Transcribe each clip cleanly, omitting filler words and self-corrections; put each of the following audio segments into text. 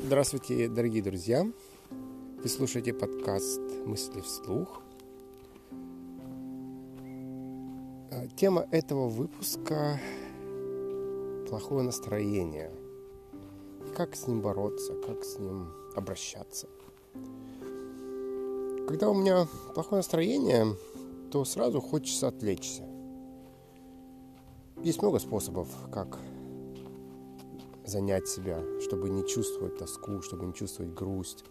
Здравствуйте, дорогие друзья! Вы слушаете подкаст «Мысли вслух». Тема этого выпуска – плохое настроение. Как с ним бороться, как с ним обращаться. Когда у меня плохое настроение, то сразу хочется отвлечься. Есть много способов, как занять себя, чтобы не чувствовать тоску, чтобы не чувствовать грусть.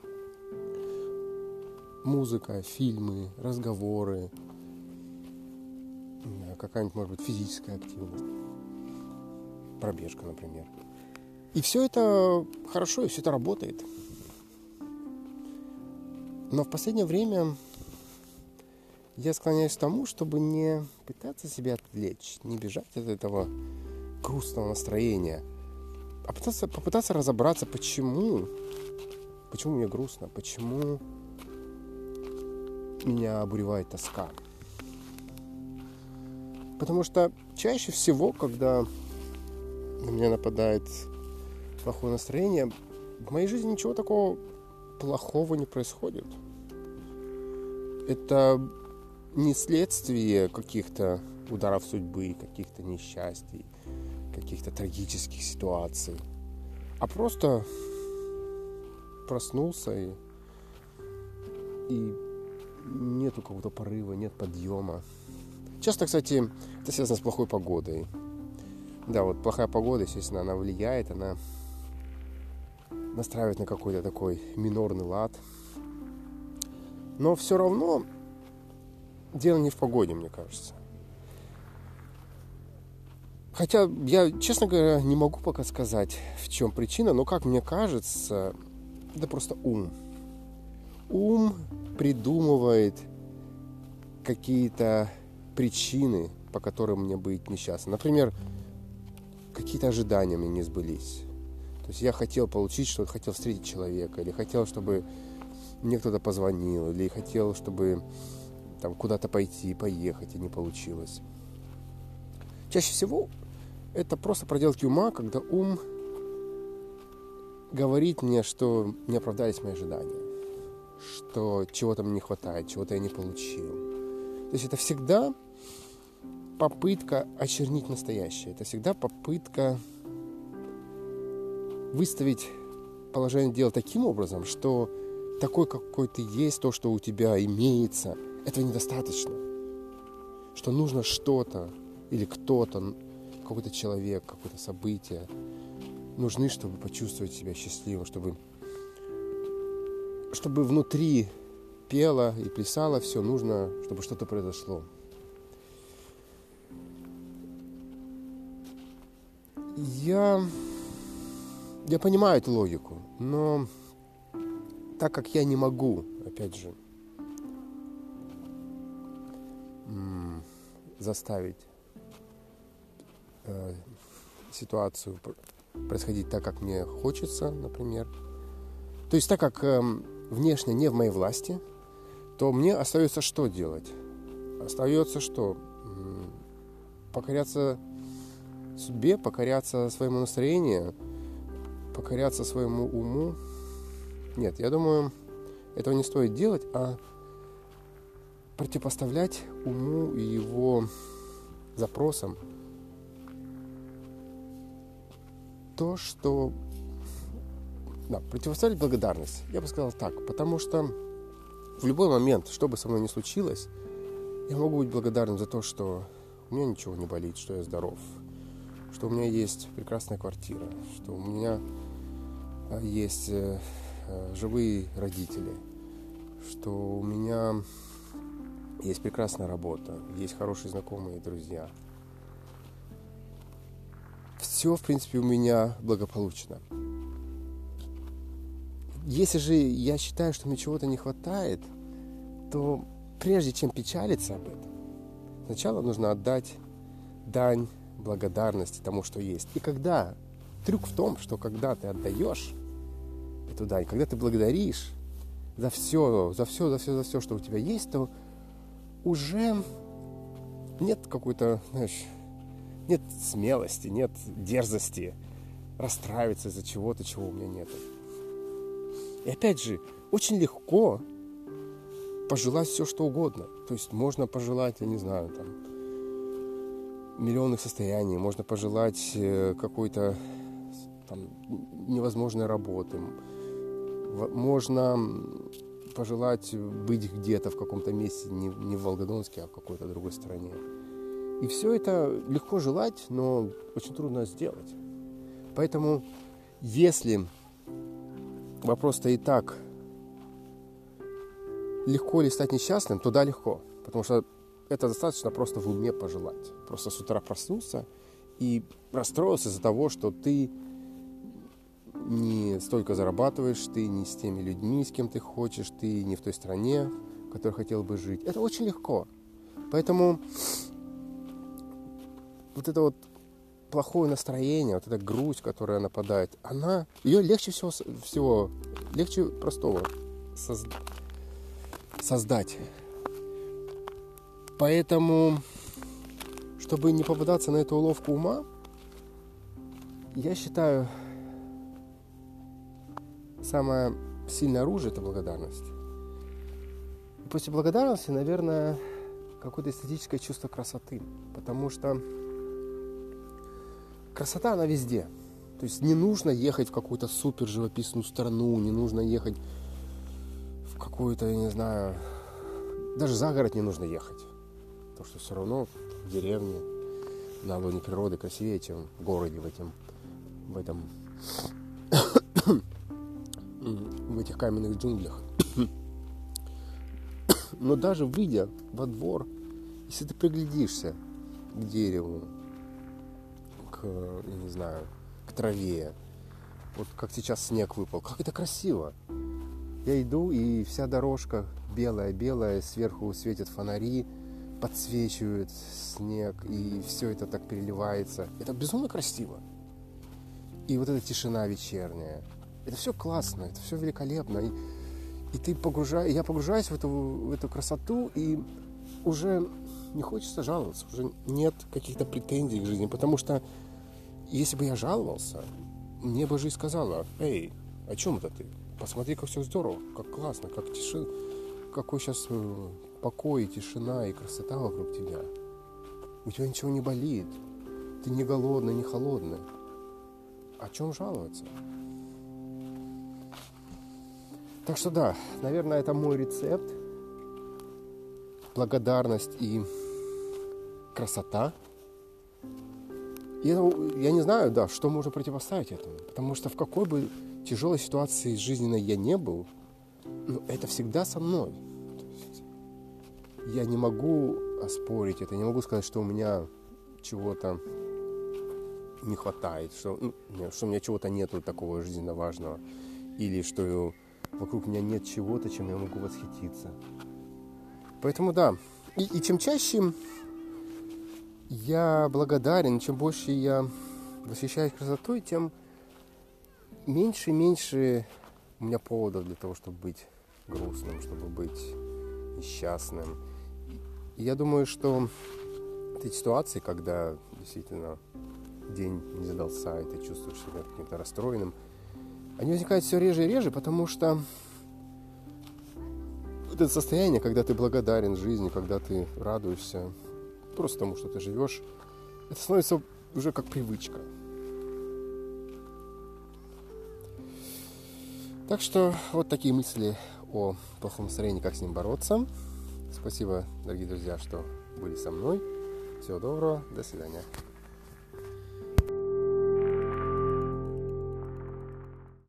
Музыка, фильмы, разговоры, какая-нибудь, может быть, физическая активность, пробежка, например. И все это хорошо, и все это работает. Но в последнее время я склоняюсь к тому, чтобы не пытаться себя отвлечь, не бежать от этого грустного настроения, а попытаться разобраться, почему мне грустно, почему меня обуревает тоска. Потому что чаще всего, когда на меня нападает плохое настроение, в моей жизни ничего такого плохого не происходит. Это не следствие каких-то ударов судьбы, каких-то несчастий, каких-то трагических ситуаций, а просто проснулся и нету какого-то порыва, нет подъема. Часто, кстати, это связано с плохой погодой. Да, вот плохая погода, естественно, она влияет, она настраивает на какой-то такой минорный лад. Но все равно дело не в погоде, мне кажется. Хотя я, честно говоря, не могу пока сказать, в чем причина, но, как мне кажется, это просто ум. Ум придумывает какие-то причины, по которым мне быть несчастным. Например, какие-то ожидания мне не сбылись. То есть я хотел получить что-то, хотел встретить человека, или хотел, чтобы мне кто-то позвонил, или хотел, чтобы там куда-то пойти, поехать, и не получилось. Чаще всего это просто проделки ума, когда ум говорит мне, что не оправдались мои ожидания, что чего-то мне не хватает, чего-то я не получил. То есть это всегда попытка очернить настоящее. Это всегда попытка выставить положение дела таким образом, что такой, какой ты есть, то, что у тебя имеется, этого недостаточно. Что нужно что-то или кто-то, какой-то человек, какое-то событие нужны, чтобы почувствовать себя счастливым, чтобы внутри пело и плясало все, нужно, чтобы что-то произошло. Я понимаю эту логику, но так как я не могу, опять же, заставить ситуацию происходить так, как мне хочется, например. То есть так как внешне не в моей власти, то мне остается что делать? Остается что? Покоряться судьбе, покоряться своему настроению, покоряться своему уму. Нет, я думаю, этого не стоит делать, а противопоставлять уму и его запросам то, что... Да, противоставить благодарность. Я бы сказал так, потому что в любой момент, что бы со мной ни случилось, я могу быть благодарным за то, что у меня ничего не болит, что я здоров, что у меня есть прекрасная квартира, что у меня есть живые родители, что у меня есть прекрасная работа, есть хорошие знакомые и друзья. Все, в принципе, у меня благополучно. Если же я считаю, что мне чего-то не хватает, то прежде чем печалиться об этом, сначала нужно отдать дань благодарности тому, что есть. И трюк в том, что когда ты отдаешь эту дань, когда ты благодаришь за все, что у тебя есть, то уже нет какой-то, нет смелости, нет дерзости расстраиваться из-за чего-то, чего у меня нет. И опять же, очень легко пожелать все, что угодно. То есть можно пожелать, я не знаю, там, миллионных состояний, можно пожелать какой-то там невозможной работы, можно пожелать быть где-то в каком-то месте, не в Волгодонске, а в какой-то другой стране. И все это легко желать, но очень трудно сделать. Поэтому, если вопрос стоит так, легко ли стать несчастным, то да, легко. Потому что это достаточно просто в уме пожелать. Просто с утра проснулся и расстроился из-за того, что ты не столько зарабатываешь, ты не с теми людьми, с кем ты хочешь, ты не в той стране, в которой хотел бы жить. Это очень легко. Поэтому вот это вот плохое настроение, вот эта грусть, которая нападает, ее легче всего легче простого создать. Поэтому, чтобы не попадаться на эту уловку ума, я считаю, самое сильное оружие – это благодарность. И после благодарности, наверное, какое-то эстетическое чувство красоты. Потому что красота, она везде. То есть не нужно ехать в какую-то супер живописную страну, не нужно ехать в какую-то, я не знаю, даже за город не нужно ехать. Потому что все равно в деревне, на лоне природы красивее, чем в городе, в этих каменных джунглях. Но даже выйдя во двор, если ты приглядишься к дереву, я не знаю, к траве, вот как сейчас снег выпал, как это красиво. Я иду, и вся дорожка белая-белая, сверху светят фонари, подсвечивают снег, и все это так переливается. Это безумно красиво. И вот эта тишина вечерняя. Это все классно, это все великолепно. И я погружаюсь в эту красоту, и уже не хочется жаловаться, уже нет каких-то претензий к жизни, потому что если бы я жаловался, мне бы жизнь сказала: эй, о чем это ты? Посмотри, как все здорово, как классно, как тишина, какой сейчас покой, тишина и красота вокруг тебя. У тебя ничего не болит, ты не голодный, не холодный. О чем жаловаться? Так что да, наверное, это мой рецепт. Благодарность и красота. И я не знаю, да, что можно противоставить этому. Потому что в какой бы тяжелой ситуации жизненной я не был, это всегда со мной. То есть я не могу оспорить это, не могу сказать, что у меня чего-то не хватает, что у меня чего-то нету такого жизненно важного, или что вокруг меня нет чего-то, чем я могу восхититься. Поэтому да, и чем чаще я благодарен, чем больше я восхищаюсь красотой, тем меньше и меньше у меня поводов для того, чтобы быть грустным, чтобы быть несчастным. И я думаю, что эти ситуации, когда действительно день не задался, и ты чувствуешь себя каким-то расстроенным, они возникают все реже и реже, потому что вот это состояние, когда ты благодарен жизни, когда ты радуешься просто тому, что ты живешь, это становится уже как привычка. Так что вот такие мысли о плохом настроении, как с ним бороться. Спасибо, дорогие друзья, что были со мной. Всего доброго, до свидания.